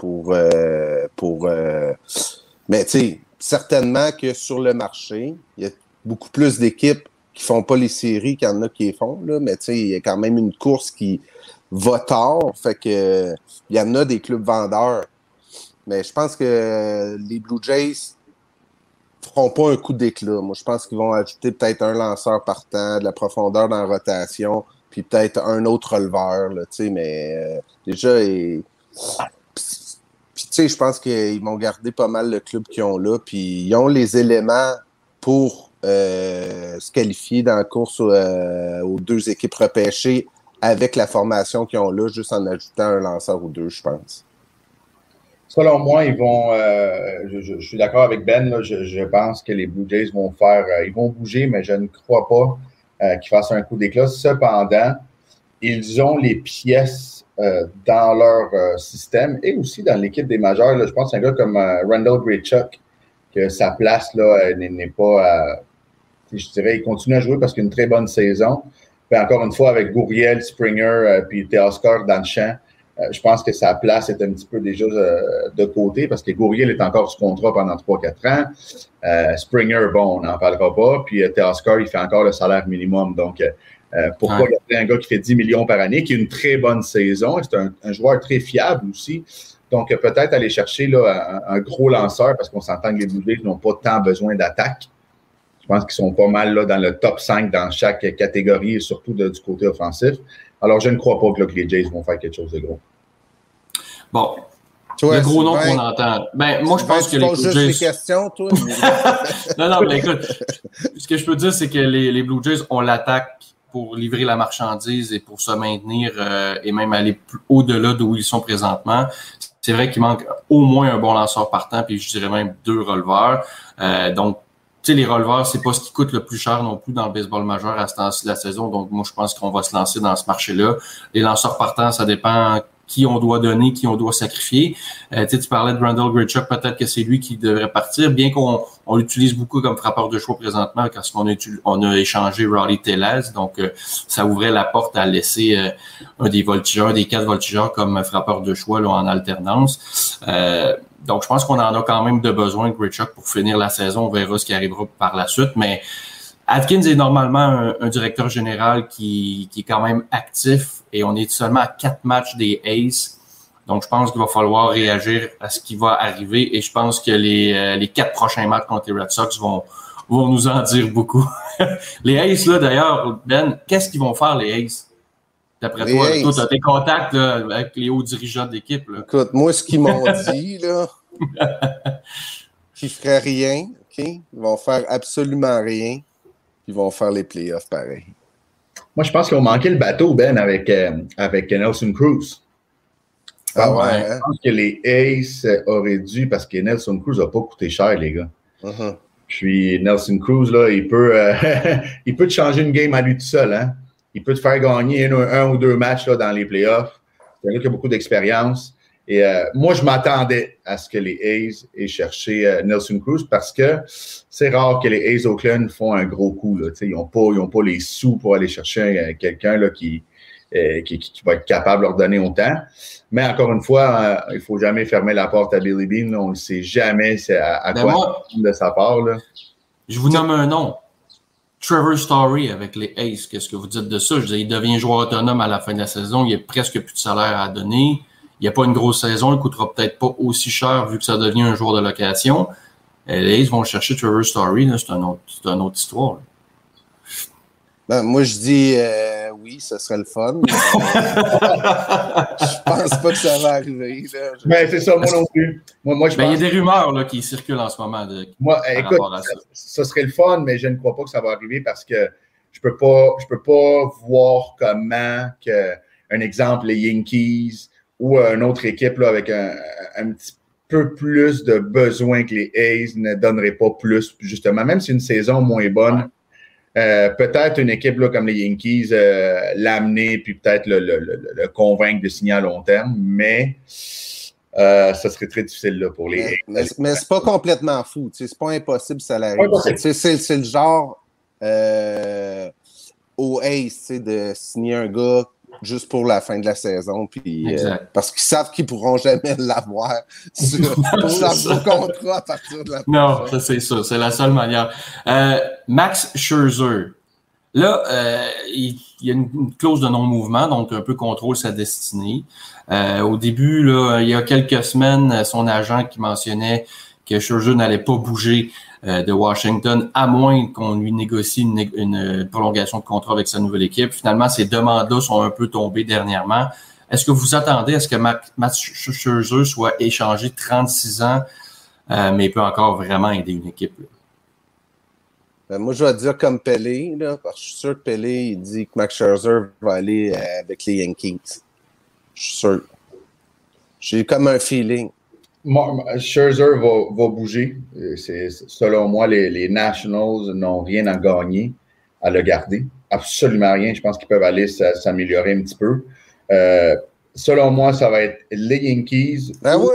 Speaker 2: mais tu sais, certainement que sur le marché, il y a beaucoup plus d'équipes qui font pas les séries qu'il y en a qui les font, là, mais tu sais, il y a quand même une course qui va tard, fait que il y en a des clubs vendeurs. Mais je pense que les Blue Jays feront pas un coup d'éclat. Moi, je pense qu'ils vont ajouter peut-être un lanceur partant, de la profondeur dans la rotation, puis peut-être un autre releveur, là, tu sais, mais déjà, puis tu sais, je pense qu'ils vont garder pas mal le club qu'ils ont là, puis ils ont les éléments pour se qualifier dans la course aux 2 équipes repêchées avec la formation qu'ils ont là, juste en ajoutant un lanceur ou 2, je pense.
Speaker 4: Selon moi, ils vont. Je suis d'accord avec Ben. Là, je pense que les Blue Jays vont ils vont bouger, mais je ne crois pas qu'ils fassent un coup d'éclat. Cependant, ils ont les pièces dans leur système et aussi dans l'équipe des majeurs. Là, je pense à un gars comme Randall Grichuk, que sa place là n'est pas. Je dirais, il continue à jouer parce qu'il a une très bonne saison. Puis encore une fois, avec Gurriel, Springer, puis Teoscar dans le champ, je pense que sa place est un petit peu déjà de côté parce que Gurriel est encore sous contrat pendant 3-4 ans. Springer, bon, on n'en parlera pas. Puis Teoscar, il fait encore le salaire minimum. Donc, pourquoi il y a un gars qui fait 10 millions par année, qui a une très bonne saison? C'est un joueur très fiable aussi. Donc, peut-être aller chercher là, un gros lanceur parce qu'on s'entend que les Blue Jays n'ont pas tant besoin d'attaque. Je pense qu'ils sont pas mal là, dans le top 5 dans chaque catégorie et surtout du côté offensif. Alors, je ne crois pas que les Jays vont faire quelque chose de gros.
Speaker 3: Bon. Toi, le gros nom qu'on entend. Ben, moi, je pense que les Blue Jays...
Speaker 2: juste les questions, toi.
Speaker 3: non, mais écoute, ce que je peux dire, c'est que les Blue Jays ont l'attaque pour livrer la marchandise et pour se maintenir et même aller au-delà d'où ils sont présentement. C'est vrai qu'il manque au moins un bon lanceur partant, puis je dirais même 2 releveurs. Donc, tu sais, les releveurs, c'est pas ce qui coûte le plus cher non plus dans le baseball majeur à ce temps-ci de la saison. Donc, moi, je pense qu'on va se lancer dans ce marché-là. Les lanceurs partants, ça dépend qui on doit donner, qui on doit sacrifier. Tu parlais de Randall Grichuk, peut-être que c'est lui qui devrait partir, bien qu'on l'utilise beaucoup comme frappeur de choix présentement parce qu'on a échangé Raleigh Tellez, donc ça ouvrait la porte à laisser un des 4 voltigeurs comme frappeur de choix là, en alternance. Donc je pense qu'on en a quand même de besoin de Grichuk pour finir la saison. On verra ce qui arrivera par la suite, mais Atkins est normalement un directeur général qui est quand même actif et on est seulement à 4 matchs des Aces. Donc, je pense qu'il va falloir réagir à ce qui va arriver et je pense que les 4 prochains matchs contre les Red Sox vont nous en dire beaucoup. Les Aces, là, d'ailleurs, Ben, qu'est-ce qu'ils vont faire, les Aces? D'après toi, tu as tes contacts là, avec les hauts dirigeants d'équipe. Là.
Speaker 2: Écoute, moi, ce qu'ils m'ont dit, là, qu'ils ne feraient rien, OK? Ils vont faire absolument rien. Ils vont faire les playoffs pareil.
Speaker 4: Moi, je pense qu'ils ont manqué le bateau, Ben, avec Nelson Cruz.
Speaker 2: Ah ouais,
Speaker 4: je pense que les Aces auraient dû, parce que Nelson Cruz n'a pas coûté cher, les gars.
Speaker 2: Uh-huh.
Speaker 4: Puis Nelson Cruz, là, il peut te changer une game à lui tout seul. Hein? Il peut te faire gagner un ou 2 matchs là, dans les playoffs. C'est un gars qui a beaucoup d'expérience. Et moi, je m'attendais à ce que les A's aient cherché Nelson Cruz parce que c'est rare que les A's Oakland font un gros coup. Là. Ils n'ont pas les sous pour aller chercher quelqu'un là, qui va être capable de leur donner autant. Mais encore une fois, il ne faut jamais fermer la porte à Billy Beane. Là. On ne sait jamais à quoi de sa part. Là.
Speaker 3: Je vous nomme un nom. Trevor Story avec les A's. Qu'est-ce que vous dites de ça? Je veux dire, il devient joueur autonome à la fin de la saison. Il n'y a presque plus de salaire à donner. Il n'y a pas une grosse saison, il ne coûtera peut-être pas aussi cher vu que ça devient un joueur de location. Les A's vont chercher Trevor Story, là, c'est une autre histoire. Là.
Speaker 2: Ben, moi, je dis oui, ce serait le fun. Je pense pas que ça va arriver.
Speaker 4: Ben, c'est ça, moi non plus. Moi, je pense...
Speaker 3: Il y a des rumeurs là, qui circulent en ce moment.
Speaker 4: Écoute, ça serait le fun, mais je ne crois pas que ça va arriver parce que je peux pas voir comment un exemple, les Yankees ou une autre équipe là, avec un petit peu plus de besoin que les A's ne donneraient pas plus, justement. Même si une saison moins bonne, peut-être une équipe là, comme les Yankees l'amener puis peut-être le convaincre de signer à long terme, mais ça serait très difficile là, pour les A's.
Speaker 2: Mais c'est pas complètement fou. C'est pas impossible, ça l'arrive. C'est le genre aux A's de signer un gars juste pour la fin de la saison, puis parce qu'ils savent qu'ils ne pourront jamais l'avoir pour leur contrat à partir de la prochaine.
Speaker 3: Non, ça c'est ça, c'est la seule manière. Max Scherzer, là, il y a une clause de non-mouvement, donc un peu contrôle sa destinée. Au début, là, il y a quelques semaines, son agent qui mentionnait que Scherzer n'allait pas bouger de Washington, à moins qu'on lui négocie une prolongation de contrat avec sa nouvelle équipe. Finalement, ces demandes-là sont un peu tombées dernièrement. Est-ce que vous attendez à ce que Max Scherzer soit échangé 36 ans, mais il peut encore vraiment aider une équipe?
Speaker 2: Moi, je vais dire comme Pelé, là, parce que je suis sûr que Pelé, il dit que Max Scherzer va aller avec les Yankees. Je suis sûr. J'ai comme un feeling.
Speaker 4: Scherzer va bouger. Selon moi, les Nationals n'ont rien à gagner à le garder. Absolument rien. Je pense qu'ils peuvent aller s'améliorer un petit peu. Selon moi, ça va être les Yankees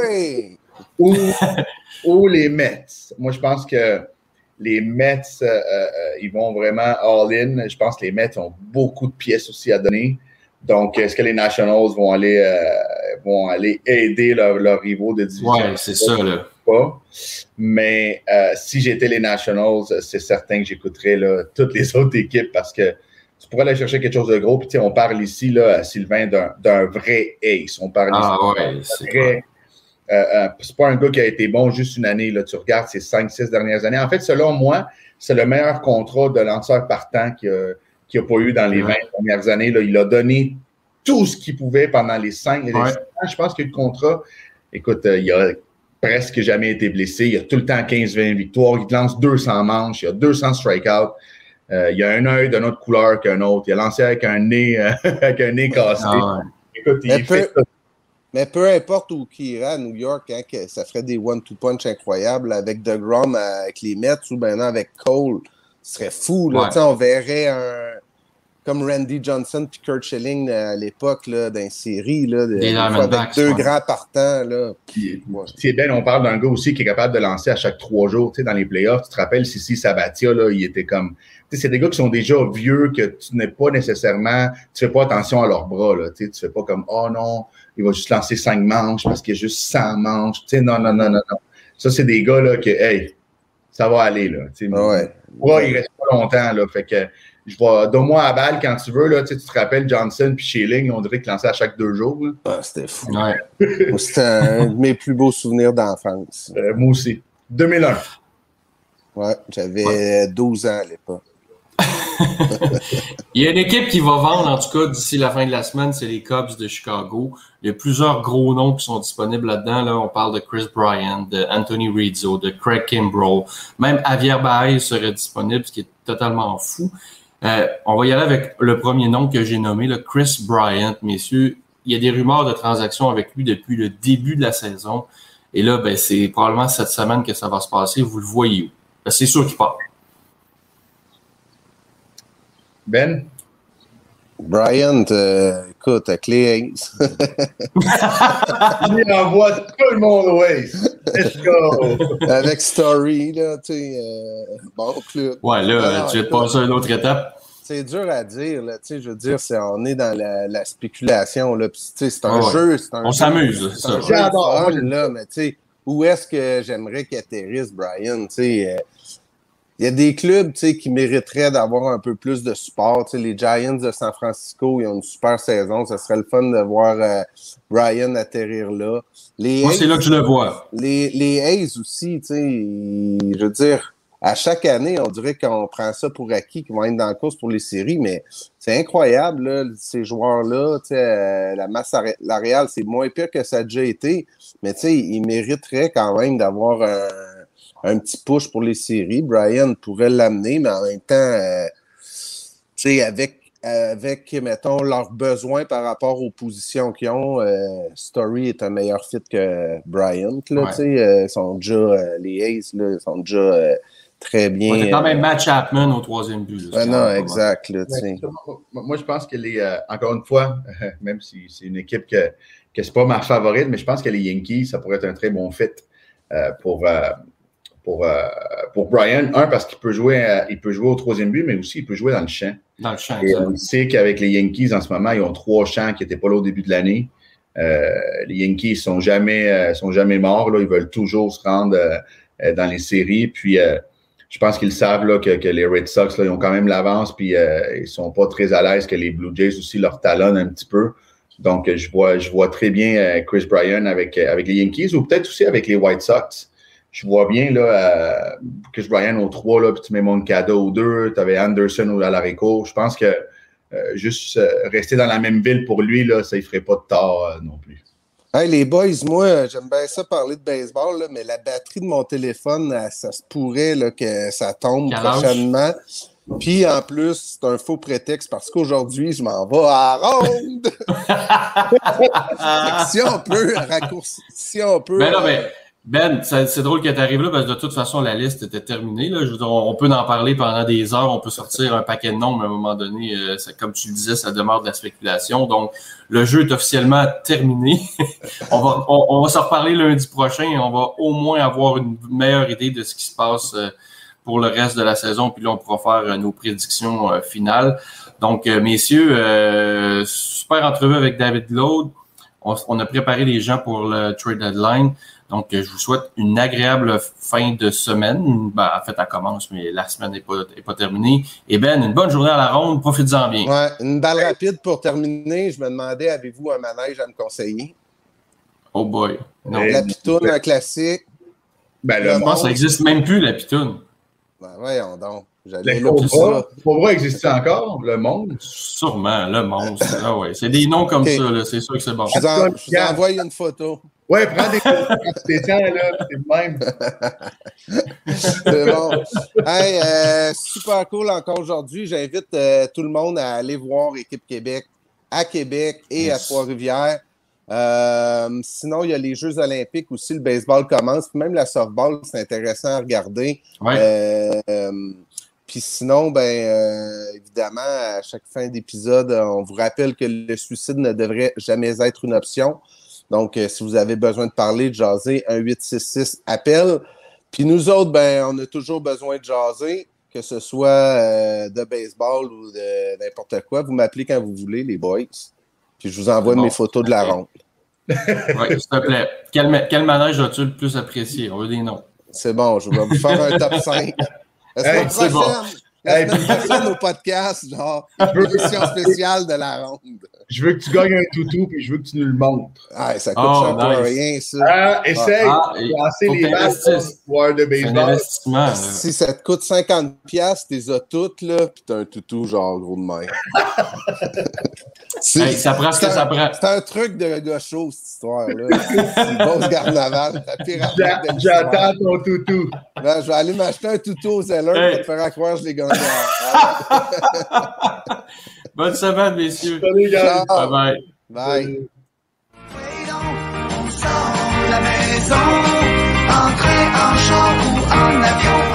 Speaker 4: ou les Mets. Moi, je pense que les Mets, ils vont vraiment all-in. Je pense que les Mets ont beaucoup de pièces aussi à donner. Donc, est-ce que les Nationals vont aller vont aller aider leurs rivaux de division.
Speaker 3: Ouais, c'est ça, là.
Speaker 4: Pas. Mais si j'étais les Nationals, c'est certain que j'écouterais là, toutes les autres équipes parce que tu pourrais aller chercher quelque chose de gros. Puis on parle ici, là, Sylvain, d'un vrai ace. On parle ici d'un vrai... c'est pas un gars qui a été bon juste une année. Là, tu regardes ces 5-6 dernières années. En fait, selon moi, c'est le meilleur contrat de lanceur partant qu'il n'y a pas eu dans les 20 dernières années. Là. Il a donné tout ce qu'il pouvait pendant les 5 ans. Je pense qu'il y a eu le contrat. Écoute, il a presque jamais été blessé. Il a tout le temps 15-20 victoires. Il lance 200 manches. Il a 200 strikeouts. Il a un œil d'une autre couleur qu'un autre. Il a lancé avec un nez, cassé. Écoute, il fait ça.
Speaker 2: Mais peu importe où il ira à New York, hein, que ça ferait des one-two punch incroyables avec DeGrom, avec les Mets ou maintenant avec Cole. Ce serait fou. Là. On verrait comme Randy Johnson et Curt Schilling à l'époque dans les séries, là, avec deux grands partants. Là.
Speaker 4: C'est bien, on parle d'un gars aussi qui est capable de lancer à chaque 3 jours dans les playoffs. Tu te rappelles, Sissi Sabathia, là, il était comme... C'est des gars qui sont déjà vieux, que tu n'es pas nécessairement... Tu fais pas attention à leurs bras. Là, tu fais pas comme « Oh non, il va juste lancer 5 manches parce qu'il y a juste 100 manches. » Non. Ça, c'est des gars là, que, hey, ça va aller. Là, il reste pas longtemps. Là, fait que... Donne-moi à balle quand tu veux. Là, tu te rappelles Johnson puis Schilling, on dirait qu'ils lançaient à chaque 2 jours.
Speaker 2: Ah, c'était fou. Ouais. C'était un de mes plus beaux souvenirs d'enfance.
Speaker 4: Moi aussi. 2001.
Speaker 2: Ouais, j'avais 12 ans à l'époque.
Speaker 3: Il y a une équipe qui va vendre, en tout cas, d'ici la fin de la semaine, c'est les Cubs de Chicago. Il y a plusieurs gros noms qui sont disponibles là-dedans. Là, on parle de Chris Bryant, de Anthony Rizzo, de Craig Kimbrell. Même Javier Baez serait disponible, ce qui est totalement fou. On va y aller avec le premier nom que j'ai nommé, là, Chris Bryant, messieurs. Il y a des rumeurs de transactions avec lui depuis le début de la saison. Et là, c'est probablement cette semaine que ça va se passer. Vous le voyez où? C'est sûr qu'il part.
Speaker 2: Ben? Bryant, écoute, avec les A's.
Speaker 4: Il envoie tout le monde aux A's. Let's go!
Speaker 2: Avec Story, là, tu sais, bon club.
Speaker 3: Ouais, là, tu vas passer à une autre étape.
Speaker 2: C'est dur à dire, là, tu sais, je veux dire, on est dans la spéculation, là, puis tu sais, c'est un jeu,
Speaker 3: on s'amuse,
Speaker 2: c'est un jeu fun, là, mais tu sais, où est-ce que j'aimerais qu'il atterrisse, Brian, tu sais, il y a des clubs, tu sais, qui mériteraient d'avoir un peu plus de support, tu sais, les Giants de San Francisco, ils ont une super saison, ça serait le fun de voir Brian atterrir là.
Speaker 3: Moi, c'est là que je le vois.
Speaker 2: Les A's aussi, tu sais, je veux dire, à chaque année, on dirait qu'on prend ça pour acquis, qu'ils vont être dans la course pour les séries, mais c'est incroyable, là, ces joueurs-là. Tu sais, la masse salariale, c'est moins pire que ça a déjà été, mais tu sais, ils mériteraient quand même d'avoir un petit push pour les séries. Brian pourrait l'amener, mais en même temps, tu sais, avec, mettons, leurs besoins par rapport aux positions qu'ils ont, Story est un meilleur fit que Bryant, là, tu sais, sont déjà, les A's, là, sont déjà très bien.
Speaker 3: C'est quand même Matt Chapman au 3e but.
Speaker 2: Là, non, exact, là, tu sais.
Speaker 4: Moi, je pense que encore une fois, même si c'est une équipe que c'est pas ma favorite, mais je pense que les Yankees, ça pourrait être un très bon fit pour Brian. Parce qu'il peut jouer au 3e but, mais aussi il peut jouer dans le champ.
Speaker 3: Dans le champ,
Speaker 4: et on sait qu'avec les Yankees, en ce moment, ils ont 3 champs qui n'étaient pas là au début de l'année. Les Yankees sont jamais morts. Là. Ils veulent toujours se rendre dans les séries. Puis, je pense qu'ils savent là, que les Red Sox, là, ils ont quand même l'avance. Puis, ils sont pas très à l'aise que les Blue Jays aussi leur talonnent un petit peu. Donc, je vois très bien Chris Bryant avec les Yankees ou peut-être aussi avec les White Sox. Je vois bien là, Chris Bryant au 3, là, puis tu mets Moncada au 2, tu avais Anderson à l'arrêt-court. Je pense que juste rester dans la même ville pour lui, là, ça ne ferait pas de tort non plus.
Speaker 2: Hey, les boys, moi, j'aime bien ça parler de baseball, là, mais la batterie de mon téléphone, ça se pourrait là, que ça tombe prochainement. Puis, en plus, c'est un faux prétexte parce qu'aujourd'hui, je m'en vais à la ronde. Si on peut raccourcir,
Speaker 3: Ben, c'est drôle que tu arrives là parce que de toute façon, la liste était terminée. Là. Je veux dire, on peut en parler pendant des heures, on peut sortir un paquet de noms, mais à un moment donné, comme tu le disais, ça demeure de la spéculation. Donc, le jeu est officiellement terminé. on va s'en reparler lundi prochain et on va au moins avoir une meilleure idée de ce qui se passe pour le reste de la saison. Puis là, on pourra faire nos prédictions finales. Donc, messieurs, super entrevue avec David Glaude. on a préparé les gens pour le trade deadline. Donc, je vous souhaite une agréable fin de semaine. Ben, en fait, elle commence, mais la semaine n'est pas terminée. Et Ben, une bonne journée à la ronde. Profitez-en bien.
Speaker 2: Ouais, une balle rapide pour terminer. Je me demandais, avez-vous un manège à me conseiller?
Speaker 3: Oh boy. Non.
Speaker 2: La pitoune, un classique.
Speaker 4: Ben,
Speaker 3: je pense que ça n'existe même plus, la pitoune.
Speaker 2: Ben, voyons donc.
Speaker 4: Le Cobra existe encore? Le Monde?
Speaker 3: Sûrement, le Monstre. Ah ouais. C'est des noms comme ça, là. C'est sûr que c'est bon.
Speaker 2: Je vous envoie une photo.
Speaker 4: Ouais, prends des photos là, c'est le même.
Speaker 2: C'est bon. Hey, super cool encore aujourd'hui. J'invite tout le monde à aller voir Équipe Québec à Québec et à Trois-Rivières. Sinon, il y a les Jeux olympiques aussi, le baseball commence. Puis même la softball, c'est intéressant à regarder.
Speaker 3: Ouais.
Speaker 2: Puis sinon, évidemment, à chaque fin d'épisode, on vous rappelle que le suicide ne devrait jamais être une option. Donc, si vous avez besoin de parler, de jaser, 1-866-APPEL. Puis nous autres, on a toujours besoin de jaser, que ce soit de baseball ou de n'importe quoi. Vous m'appelez quand vous voulez, les boys. Puis je vous envoie mes photos de la ronde.
Speaker 3: Oui, s'il te plaît. Quel manège as-tu le plus apprécié? On veut des noms.
Speaker 2: C'est bon, je vais vous faire un top 5. La semaine prochaine, au podcast, genre, une édition spéciale de la ronde.
Speaker 4: Je veux que tu gagnes un toutou, puis je veux que tu nous le montres.
Speaker 2: Ah, ça coûte rien, ça.
Speaker 4: Essaye de lancer les balles pour de baseball.
Speaker 3: C'est un investissement.
Speaker 2: Si ça te coûte 50$, t'es as toutes, là, puis t'as un toutou, genre, gros de main.
Speaker 3: Ça prend ce que ça prend.
Speaker 2: C'est un truc de gars chaud, cette histoire-là. C'est une grosse carnaval.
Speaker 4: J'attends ton toutou.
Speaker 2: Ben, je vais aller m'acheter un toutou au Zeller pour te faire croire que je l'ai gagné.
Speaker 3: Bonne semaine, messieurs.
Speaker 4: Salut, gars.
Speaker 3: Bye-bye.
Speaker 2: Bye.
Speaker 1: On sort de la maison, entrer en char ou en avion.